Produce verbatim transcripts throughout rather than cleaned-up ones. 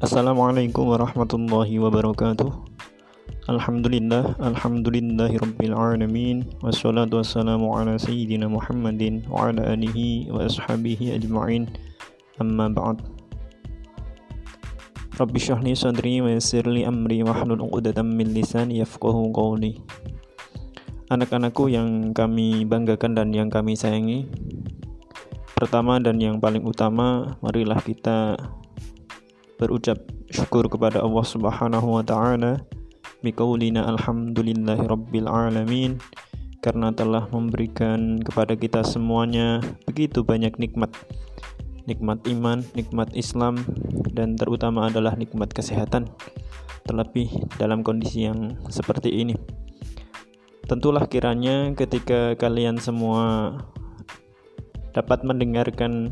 Assalamualaikum warahmatullahi wabarakatuh. Alhamdulillah, alhamdulillahi rabbil alamin. Wassalatu wassalamu ala sayyidina Muhammadin wa ala alihi wa ashabihi ajma'in. Amma ba'd. Rabbi shrah li sadri wa yassir li amri wahlul 'uqdatam min lisani yafqahu qawli. Anak-anakku yang kami banggakan dan yang kami sayangi, pertama dan yang paling utama, marilah kita berucap syukur kepada Allah Subhanahu wa taala biqaulina alhamdulillahi rabbil alamin, karena telah memberikan kepada kita semuanya begitu banyak nikmat. Nikmat iman, nikmat Islam, dan terutama adalah nikmat kesehatan. Terlebih dalam kondisi yang seperti ini. Tentulah kiranya ketika kalian semua dapat mendengarkan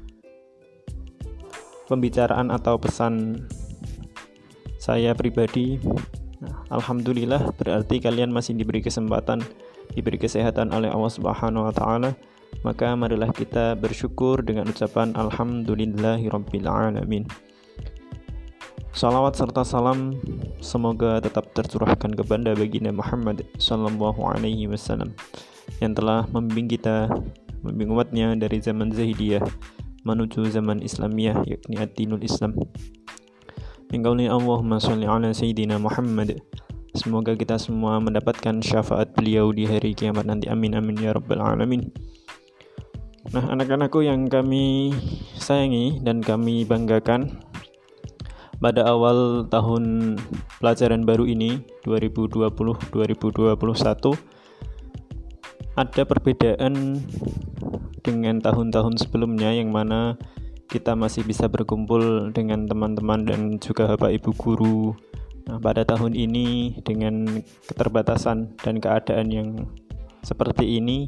pembicaraan atau pesan saya pribadi, nah, alhamdulillah, berarti kalian masih diberi kesempatan, diberi kesehatan oleh Allah Subhanahu wa taala. Maka marilah kita bersyukur dengan ucapan alhamdulillahirabbil alamin. Salawat serta salam semoga tetap tercurahkan kepada baginda Muhammad sallallahu alaihi wasallam yang telah membimbing kita, membimbing umatnya dari zaman Zahidiyah menuju zaman Islamiyah, yakni ad-dinul Islam. Minqauli Allahumma sholli ala sayyidina Muhammad. Semoga kita semua mendapatkan syafaat beliau di hari kiamat nanti. Amin amin ya rabbal alamin. Nah, anak-anakku yang kami sayangi dan kami banggakan, pada awal tahun pelajaran baru ini dua ribu dua puluh dua ribu dua puluh satu ada perbedaan dengan tahun-tahun sebelumnya, yang mana kita masih bisa berkumpul dengan teman-teman dan juga bapak ibu guru. Nah, pada tahun ini dengan keterbatasan dan keadaan yang seperti ini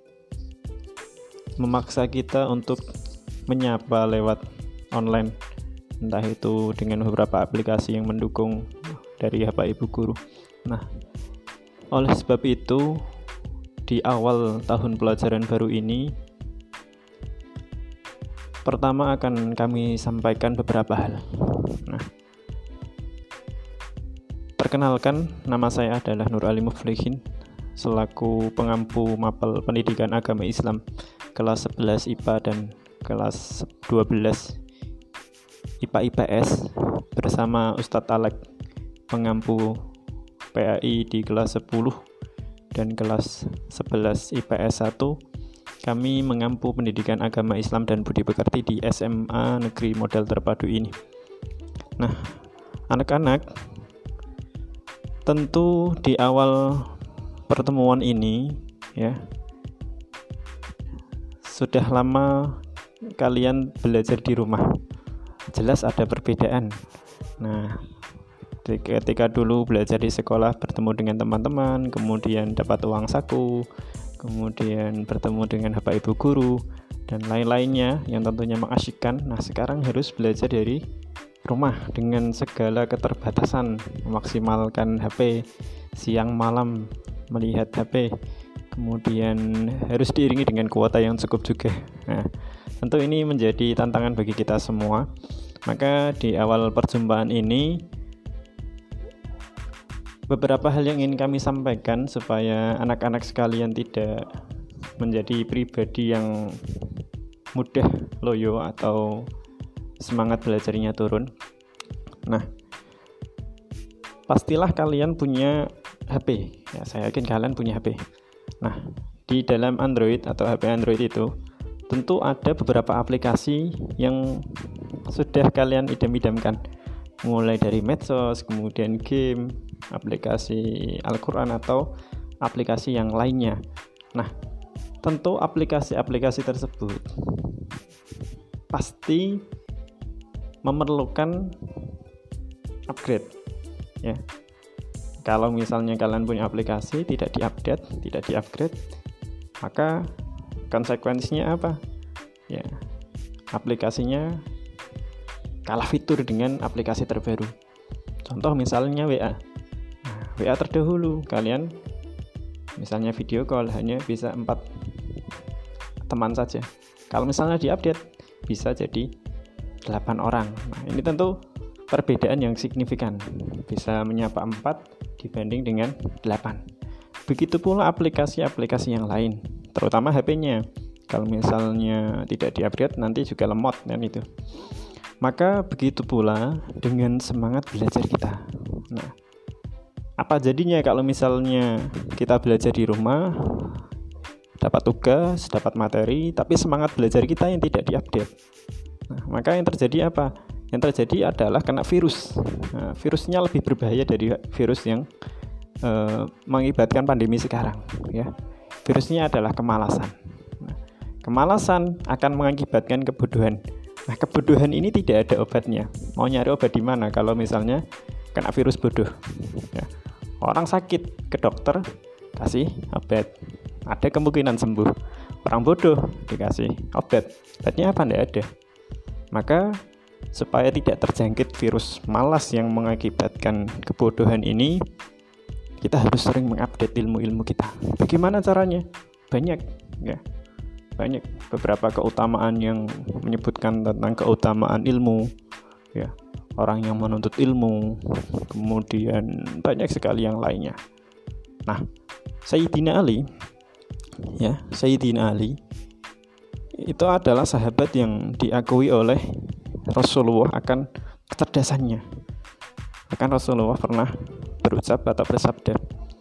memaksa kita untuk menyapa lewat online, entah itu dengan beberapa aplikasi yang mendukung dari bapak ibu guru. Nah, oleh sebab itu di awal tahun pelajaran baru ini, pertama akan kami sampaikan beberapa hal. Nah, perkenalkan, nama saya adalah Nur Ali Muflihin, selaku pengampu mapel pendidikan agama Islam kelas sebelas I P A dan kelas dua belas I P A I P S, bersama Ustadz Alek, pengampu P A I di kelas sepuluh dan kelas sebelas I P S satu. Kami mengampu pendidikan agama Islam dan budi pekerti di S M A Negeri Model Terpadu ini. Nah, anak-anak, tentu di awal pertemuan ini ya, sudah lama kalian belajar di rumah. Jelas ada perbedaan. Nah, ketika dulu belajar di sekolah, bertemu dengan teman-teman, kemudian dapat uang saku, kemudian bertemu dengan bapak ibu guru dan lain-lainnya yang tentunya mengasyikkan. Nah, sekarang harus belajar dari rumah dengan segala keterbatasan, memaksimalkan H P, siang malam melihat H P, kemudian harus diiringi dengan kuota yang cukup juga. Nah, tentu ini menjadi tantangan bagi kita semua. Maka di awal perjumpaan ini beberapa hal yang ingin kami sampaikan supaya anak-anak sekalian tidak menjadi pribadi yang mudah loyo atau semangat belajarnya turun. Nah, pastilah kalian punya H P. Ya, saya yakin kalian punya H P. Nah, di dalam Android atau H P Android itu tentu ada beberapa aplikasi yang sudah kalian idam-idamkan, mulai dari medsos, kemudian game, aplikasi Al-Quran atau aplikasi yang lainnya. Nah, tentu aplikasi-aplikasi tersebut pasti memerlukan upgrade ya. Kalau misalnya kalian punya aplikasi tidak diupdate, tidak diupgrade, maka konsekuensinya apa? Ya, aplikasinya kalah fitur dengan aplikasi terbaru. Contoh misalnya W A. Nah, W A terdahulu kalian misalnya video call hanya bisa empat teman saja. Kalau misalnya diupdate bisa jadi delapan orang. Nah, ini tentu perbedaan yang signifikan, bisa menyapa empat dibanding dengan delapan. Begitu pula aplikasi-aplikasi yang lain, terutama H P-nya. Kalau misalnya tidak di-upgrade nanti juga lemot kan itu. Maka begitu pula dengan semangat belajar kita. Nah, apa jadinya kalau misalnya kita belajar di rumah, dapat tugas, dapat materi, tapi semangat belajar kita yang tidak di-update? Nah, maka yang terjadi apa? Yang terjadi adalah kena virus. Nah, virusnya lebih berbahaya dari virus yang uh, mengakibatkan pandemi sekarang. Ya, virusnya adalah kemalasan. Nah, kemalasan akan mengakibatkan kebodohan. Nah, kebodohan ini tidak ada obatnya. Mau nyari obat di mana kalau misalnya kena virus bodoh? Ya. Orang sakit ke dokter, kasih obat, ada kemungkinan sembuh. Orang bodoh dikasih obat, obatnya apa? Tidak ada. Maka supaya tidak terjangkit virus malas yang mengakibatkan kebodohan ini, kita harus sering mengupdate ilmu-ilmu kita. Bagaimana caranya? Banyak, ya. Banyak beberapa keutamaan yang menyebutkan tentang keutamaan ilmu, ya, orang yang menuntut ilmu, kemudian banyak sekali yang lainnya. Nah, Sayyidina Ali, ya, Sayyidina Ali itu adalah sahabat yang diakui oleh Rasulullah akan kecerdasannya. Bahkan Rasulullah pernah berucap atau bersabda,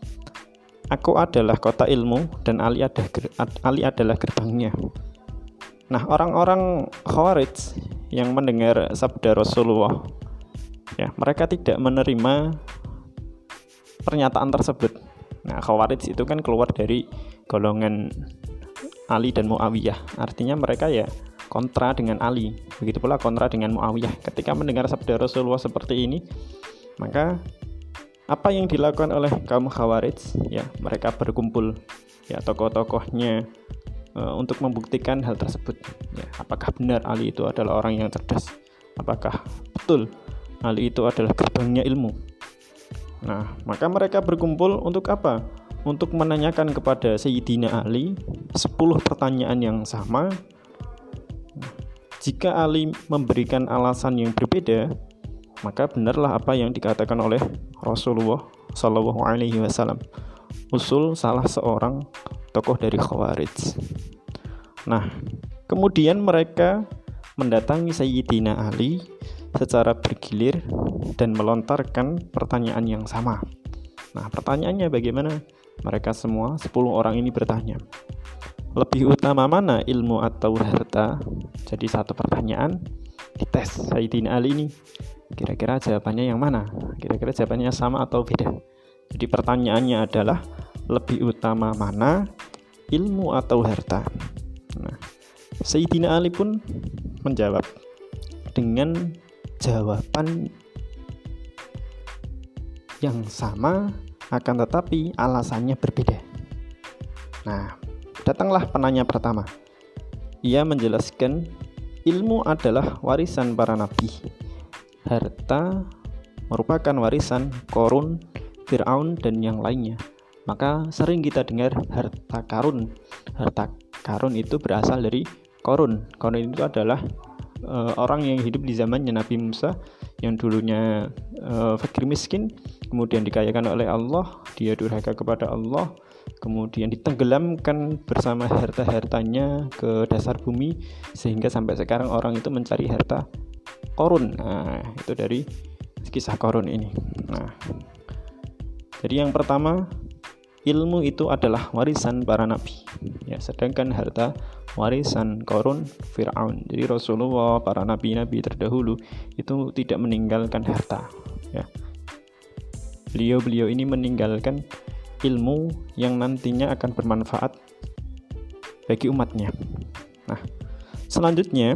"Aku adalah kota ilmu dan Ali, ada, Ali adalah gerbangnya." Nah, orang-orang Khawarij yang mendengar sabda Rasulullah, ya, mereka tidak menerima pernyataan tersebut. Nah, Khawarij itu kan keluar dari golongan Ali dan Muawiyah. Artinya mereka ya kontra dengan Ali. Begitu pula kontra dengan Muawiyah. Ketika mendengar sabda Rasulullah seperti ini, maka apa yang dilakukan oleh kaum Khawarij? Ya, mereka berkumpul, ya, tokoh-tokohnya e, untuk membuktikan hal tersebut. Ya, apakah benar Ali itu adalah orang yang cerdas? Apakah betul Ali itu adalah gerbangnya ilmu? Nah, maka mereka berkumpul untuk apa? Untuk menanyakan kepada Sayyidina Ali sepuluh pertanyaan yang sama. Nah, jika Ali memberikan alasan yang berbeda, maka benarlah apa yang dikatakan oleh Rasulullah Shallallahu Alaihi Wasallam, usul salah seorang tokoh dari Khawarij. Nah, kemudian mereka mendatangi Sayyidina Ali secara bergilir dan melontarkan pertanyaan yang sama. Nah, pertanyaannya bagaimana? Mereka semua sepuluh orang ini bertanya, lebih utama mana ilmu atau harta? Jadi satu pertanyaan dites Sayyidina Ali ini. Kira-kira jawabannya yang mana? Kira-kira jawabannya sama atau beda? Jadi pertanyaannya adalah lebih utama mana ilmu atau harta? Nah, Sayyidina Ali pun menjawab dengan jawaban yang sama, akan tetapi alasannya berbeda. Nah, datanglah penanya pertama. Ia menjelaskan ilmu adalah warisan para nabi. Harta merupakan warisan Qarun, Fir'aun, dan yang lainnya. Maka sering kita dengar harta karun. Harta karun itu berasal dari Qarun. Qarun itu adalah uh, orang yang hidup di zamannya Nabi Musa, yang dulunya uh, fakir miskin, kemudian dikayakan oleh Allah, dia durhaka kepada Allah, kemudian ditenggelamkan bersama harta-hartanya ke dasar bumi, sehingga sampai sekarang orang itu mencari harta Qarun. Nah, itu dari kisah Qarun ini. Nah, jadi yang pertama, ilmu itu adalah warisan para nabi, ya, sedangkan harta warisan Qarun, Fir'aun. Jadi Rasulullah, para nabi-nabi terdahulu itu tidak meninggalkan harta, ya. Beliau-beliau ini meninggalkan ilmu yang nantinya akan bermanfaat bagi umatnya. Nah, selanjutnya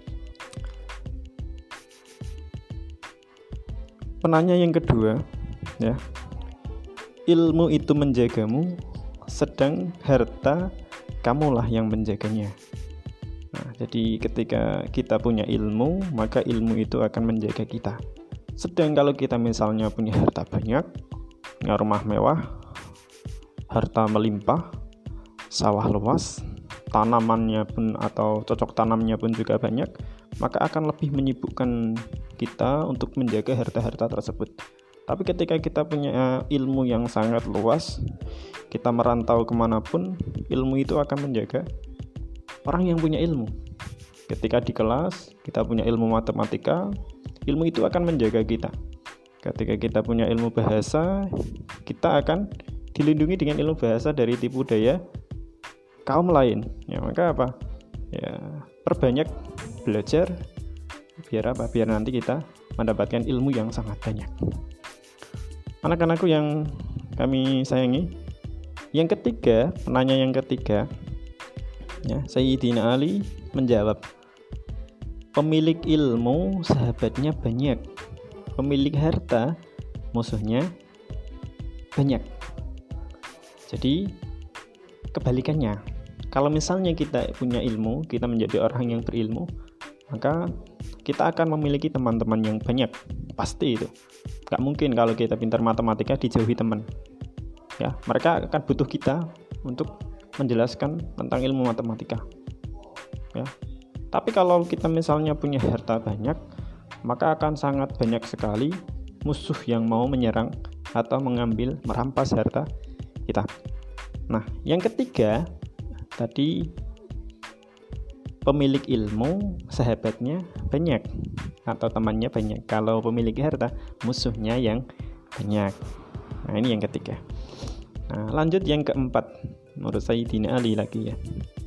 penanya yang kedua, ya, ilmu itu menjagamu, sedang harta kamulah yang menjaganya. Nah, jadi ketika kita punya ilmu, maka ilmu itu akan menjaga kita. Sedang kalau kita misalnya punya harta banyak, punya rumah mewah, harta melimpah, sawah luas, tanamannya pun atau cocok tanamnya pun juga banyak, maka akan lebih menyibukkan kita untuk menjaga harta-harta tersebut. Tapi ketika kita punya ilmu yang sangat luas, kita merantau kemanapun, ilmu itu akan menjaga orang yang punya ilmu. Ketika di kelas kita punya ilmu matematika, ilmu itu akan menjaga kita. Ketika kita punya ilmu bahasa, kita akan dilindungi dengan ilmu bahasa dari tipu daya kaum lain. Ya, maka apa? Ya, perbanyak belajar biar apa? Biar nanti kita mendapatkan ilmu yang sangat banyak. Anak-anakku yang kami sayangi, yang ketiga, penanya yang ketiga, ya, Sayyidina Ali menjawab, pemilik ilmu sahabatnya banyak, pemilik harta musuhnya banyak. Jadi kebalikannya, kalau misalnya kita punya ilmu, kita menjadi orang yang berilmu, maka kita akan memiliki teman-teman yang banyak. Pasti itu. Gak mungkin kalau kita pintar matematika dijauhi teman. Ya, mereka akan butuh kita untuk menjelaskan tentang ilmu matematika. Ya. Tapi kalau kita misalnya punya harta banyak, maka akan sangat banyak sekali musuh yang mau menyerang atau mengambil, merampas harta kita. Nah, yang ketiga tadi, pemilik ilmu sahabatnya banyak atau temannya banyak. Kalau pemilik harta musuhnya yang banyak. Nah, ini yang ketiga. Nah, lanjut yang keempat, menurut Sayyidina Ali lagi ya.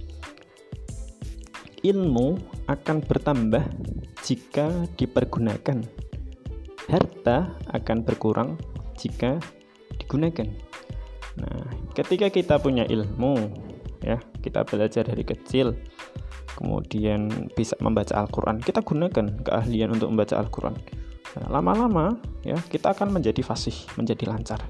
Ilmu akan bertambah jika dipergunakan. Harta akan berkurang jika digunakan. Nah, ketika kita punya ilmu, ya, kita belajar dari kecil, kemudian bisa membaca Al-Quran, kita gunakan keahlian untuk membaca Al-Quran. Nah, lama-lama, ya, kita akan menjadi fasih, menjadi lancar.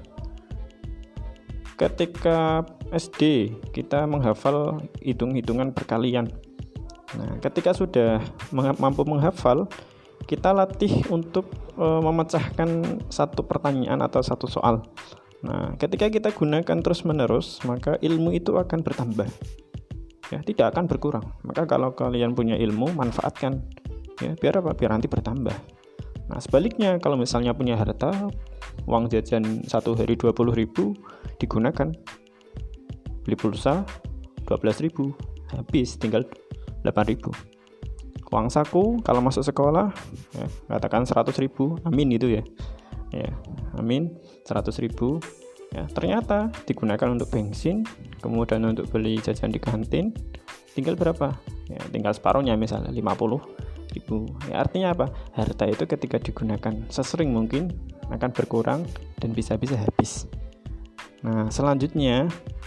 Ketika S D, kita menghafal hitung-hitungan perkalian. Nah, ketika sudah mampu menghafal, kita latih untuk e, memecahkan satu pertanyaan atau satu soal. Nah, ketika kita gunakan terus-menerus, maka ilmu itu akan bertambah. Ya, tidak akan berkurang. Maka kalau kalian punya ilmu, manfaatkan. Ya, biar apa? Biar nanti bertambah. Nah, sebaliknya kalau misalnya punya harta, uang jajan satu hari dua puluh ribu digunakan. Beli pulsa dua belas ribu, habis tinggal delapan ribu. Uang saku kalau masuk sekolah, ya, katakan seratus ribu, amin itu ya. Ya, amin, seratus ribu. Ya, ternyata digunakan untuk bensin, kemudian untuk beli jajan di kantin, tinggal berapa? Ya, tinggal separuhnya misalnya lima puluh ribu. Ya, artinya apa? Harta itu ketika digunakan sesering mungkin akan berkurang dan bisa-bisa habis. Nah, selanjutnya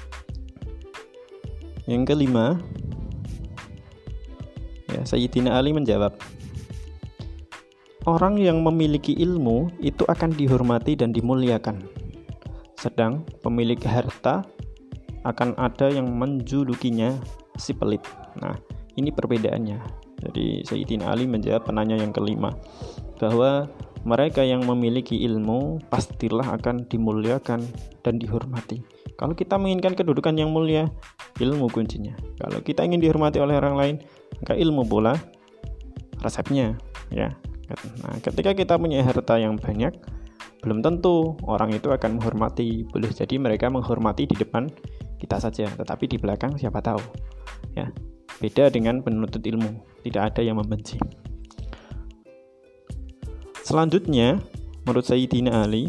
yang kelima, ya, Sayyidina Ali menjawab, orang yang memiliki ilmu itu akan dihormati dan dimuliakan. Sedang pemilik harta akan ada yang menjulukinya si pelit. Nah, ini perbedaannya. Jadi Sayyidina Ali menjawab penanya yang kelima, bahwa mereka yang memiliki ilmu pastilah akan dimuliakan dan dihormati. Kalau kita menginginkan kedudukan yang mulia, ilmu kuncinya. Kalau kita ingin dihormati oleh orang lain, maka ilmu pula resepnya, ya. Nah, ketika kita punya harta yang banyak, belum tentu orang itu akan menghormati. Boleh jadi mereka menghormati di depan kita saja, tetapi di belakang siapa tahu. Ya, beda dengan penuntut ilmu, tidak ada yang membenci. Selanjutnya, menurut Sayyidina Ali,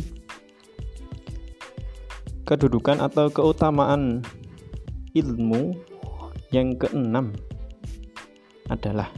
kedudukan atau keutamaan ilmu yang keenam adalah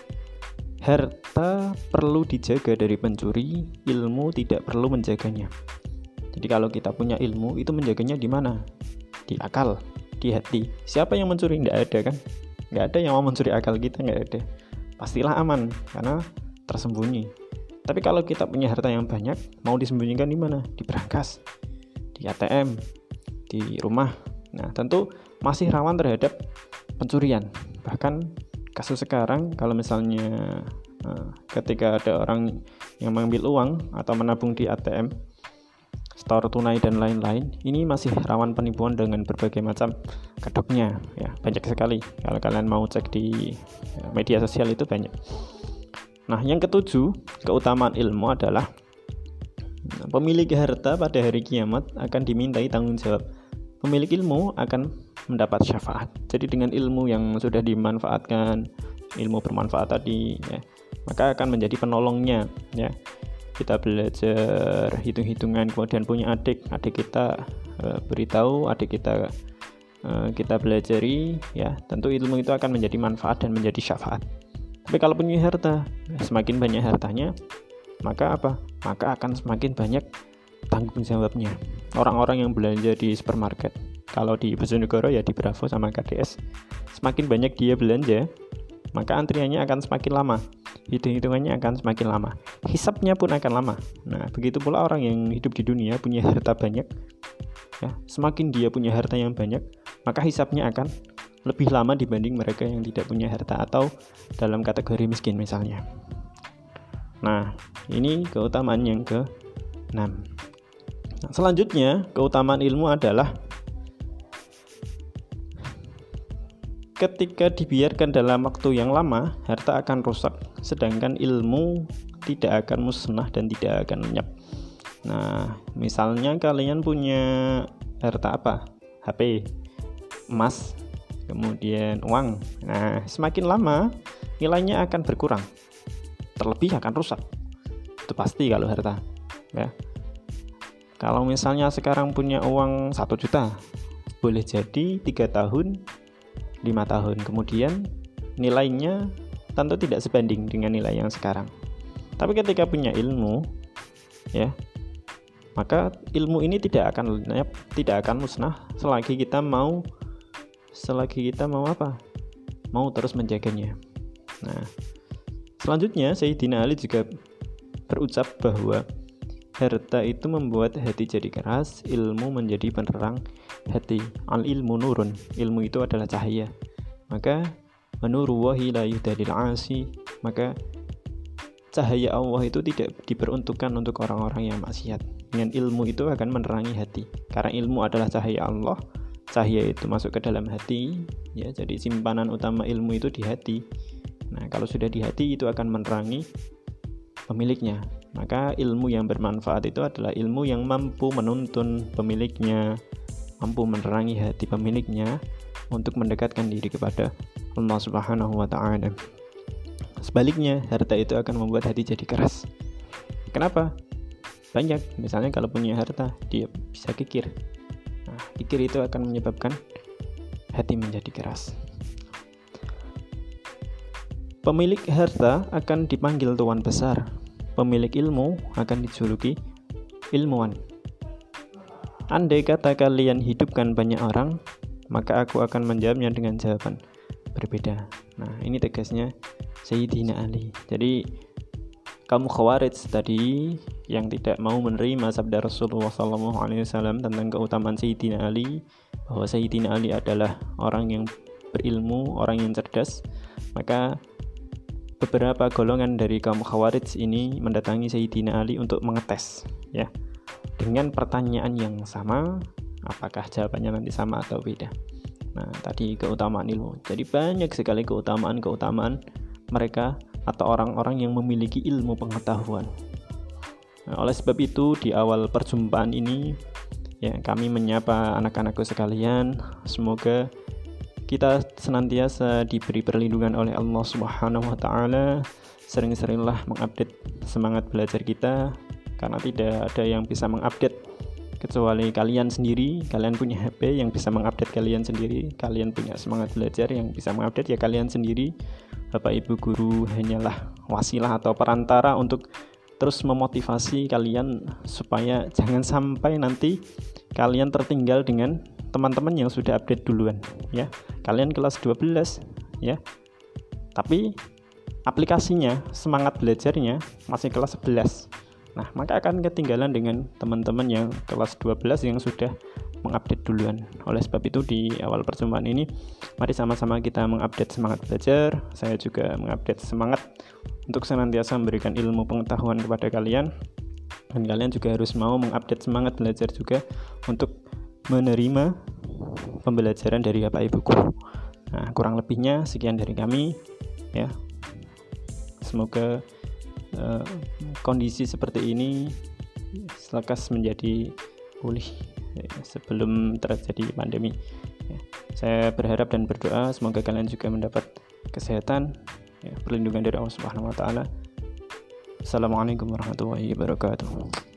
harta perlu dijaga dari pencuri, ilmu tidak perlu menjaganya. Jadi kalau kita punya ilmu, itu menjaganya di mana? Di akal, di hati. Siapa yang mencuri? Nggak ada kan? Nggak ada yang mau mencuri akal kita, nggak ada. Pastilah aman, karena tersembunyi. Tapi kalau kita punya harta yang banyak, mau disembunyikan di mana? Di brankas, di A T M, di rumah. Nah, tentu masih rawan terhadap pencurian. Bahkan kasus sekarang, kalau misalnya uh, ketika ada orang yang mengambil uang atau menabung di A T M, store tunai dan lain-lain, ini masih rawan penipuan dengan berbagai macam kedoknya ya, banyak sekali. Kalau kalian mau cek di media sosial itu banyak. Nah, yang ketujuh, keutamaan ilmu adalah pemilik harta pada hari kiamat akan dimintai tanggung jawab. Pemilik ilmu akan mendapat syafaat. Jadi dengan ilmu yang sudah dimanfaatkan, ilmu bermanfaat tadi ya, maka akan menjadi penolongnya ya. Kita belajar hitung-hitungan, kemudian punya adik, adik kita e, beritahu, adik kita e, kita belajari ya, tentu ilmu itu akan menjadi manfaat dan menjadi syafaat. Tapi kalau punya harta, semakin banyak hartanya, maka apa? Maka akan semakin banyak tanggung jawabnya. Orang-orang yang belanja di supermarket, kalau di Bojonegoro ya di Bravo sama K D S, semakin banyak dia belanja, maka antriannya akan semakin lama, hitung-hitungannya akan semakin lama, hisapnya pun akan lama. Nah, begitu pula orang yang hidup di dunia punya harta banyak ya, semakin dia punya harta yang banyak, maka hisapnya akan lebih lama dibanding mereka yang tidak punya harta atau dalam kategori miskin misalnya. Nah, ini keutamaan yang ke enam. Nah, selanjutnya, keutamaan ilmu adalah ketika dibiarkan dalam waktu yang lama, harta akan rusak, sedangkan ilmu tidak akan musnah dan tidak akan lenyap. Nah, misalnya kalian punya harta apa? H P, emas, kemudian uang. Nah, semakin lama nilainya akan berkurang, terlebih akan rusak. Itu pasti kalau harta ya. Kalau misalnya sekarang punya uang satu juta, boleh jadi tiga tahun, lima tahun kemudian nilainya tentu tidak sebanding dengan nilai yang sekarang. Tapi ketika punya ilmu ya, maka ilmu ini tidak akan lenyap, tidak akan musnah selagi kita mau selagi kita mau apa? Mau terus menjaganya. Nah, selanjutnya Sayyidina Ali juga berucap bahwa harta itu membuat hati jadi keras, ilmu menjadi penerang hati. Al ilmu nurun, ilmu itu adalah cahaya. Maka menuruwahi la yuhdadil asi, maka cahaya Allah itu tidak diperuntukkan untuk orang-orang yang maksiat. Dengan ilmu itu akan menerangi hati. Karena ilmu adalah cahaya Allah, cahaya itu masuk ke dalam hati ya, jadi simpanan utama ilmu itu di hati. Nah, kalau sudah di hati itu akan menerangi pemiliknya. Maka ilmu yang bermanfaat itu adalah ilmu yang mampu menuntun pemiliknya, mampu menerangi hati pemiliknya untuk mendekatkan diri kepada Allah Subhanahu wa taala. Sebaliknya, harta itu akan membuat hati jadi keras. Kenapa? Banyak, misalnya kalau punya harta, dia bisa kikir. Nah, kikir itu akan menyebabkan hati menjadi keras. Pemilik harta akan dipanggil tuan besar. Pemilik ilmu akan dijuluki ilmuwan. Andai kata kalian hidupkan banyak orang, maka aku akan menjawabnya dengan jawaban berbeda. Nah, ini tegasnya Sayyidina Ali. Jadi kaum Khawarij tadi yang tidak mau menerima sabda Rasulullah shallallahu alaihi wasallam tentang keutamaan Sayyidina Ali, bahwa Sayyidina Ali adalah orang yang berilmu, orang yang cerdas, maka beberapa golongan dari kaum Khawarij ini mendatangi Sayyidina Ali untuk mengetes ya, dengan pertanyaan yang sama, apakah jawabannya nanti sama atau beda. Nah, tadi keutamaan ilmu. Jadi banyak sekali keutamaan-keutamaan mereka atau orang-orang yang memiliki ilmu pengetahuan. Nah, oleh sebab itu di awal perjumpaan ini ya, kami menyapa anak-anakku sekalian, semoga kita senantiasa diberi perlindungan oleh Allah Subhanahu wa taala. Sering-seringlah mengupdate semangat belajar kita, karena tidak ada yang bisa mengupdate kecuali kalian sendiri. Kalian punya H P yang bisa mengupdate kalian sendiri. Kalian punya semangat belajar yang bisa mengupdate ya kalian sendiri. Bapak Ibu guru hanyalah wasilah atau perantara untuk terus memotivasi kalian supaya jangan sampai nanti kalian tertinggal dengan teman-teman yang sudah update duluan ya. Kalian kelas dua belas ya, tapi aplikasinya, semangat belajarnya masih kelas sebelas. Nah, maka akan ketinggalan dengan teman-teman yang kelas dua belas yang sudah mengupdate duluan. Oleh sebab itu di awal perjumpaan ini mari sama-sama kita mengupdate semangat belajar. Saya juga mengupdate semangat untuk senantiasa memberikan ilmu pengetahuan kepada kalian. Dan kalian juga harus mau mengupdate semangat belajar juga untuk menerima pembelajaran dari Bapak Ibuku. Nah, kurang lebihnya sekian dari kami ya. Semoga uh, kondisi seperti ini selekas menjadi pulih ya, sebelum terjadi pandemi ya. Saya berharap dan berdoa semoga kalian juga mendapat kesehatan ya, perlindungan dari Allah Subhanahu wa taala. Assalamualaikum warahmatullahi wabarakatuh.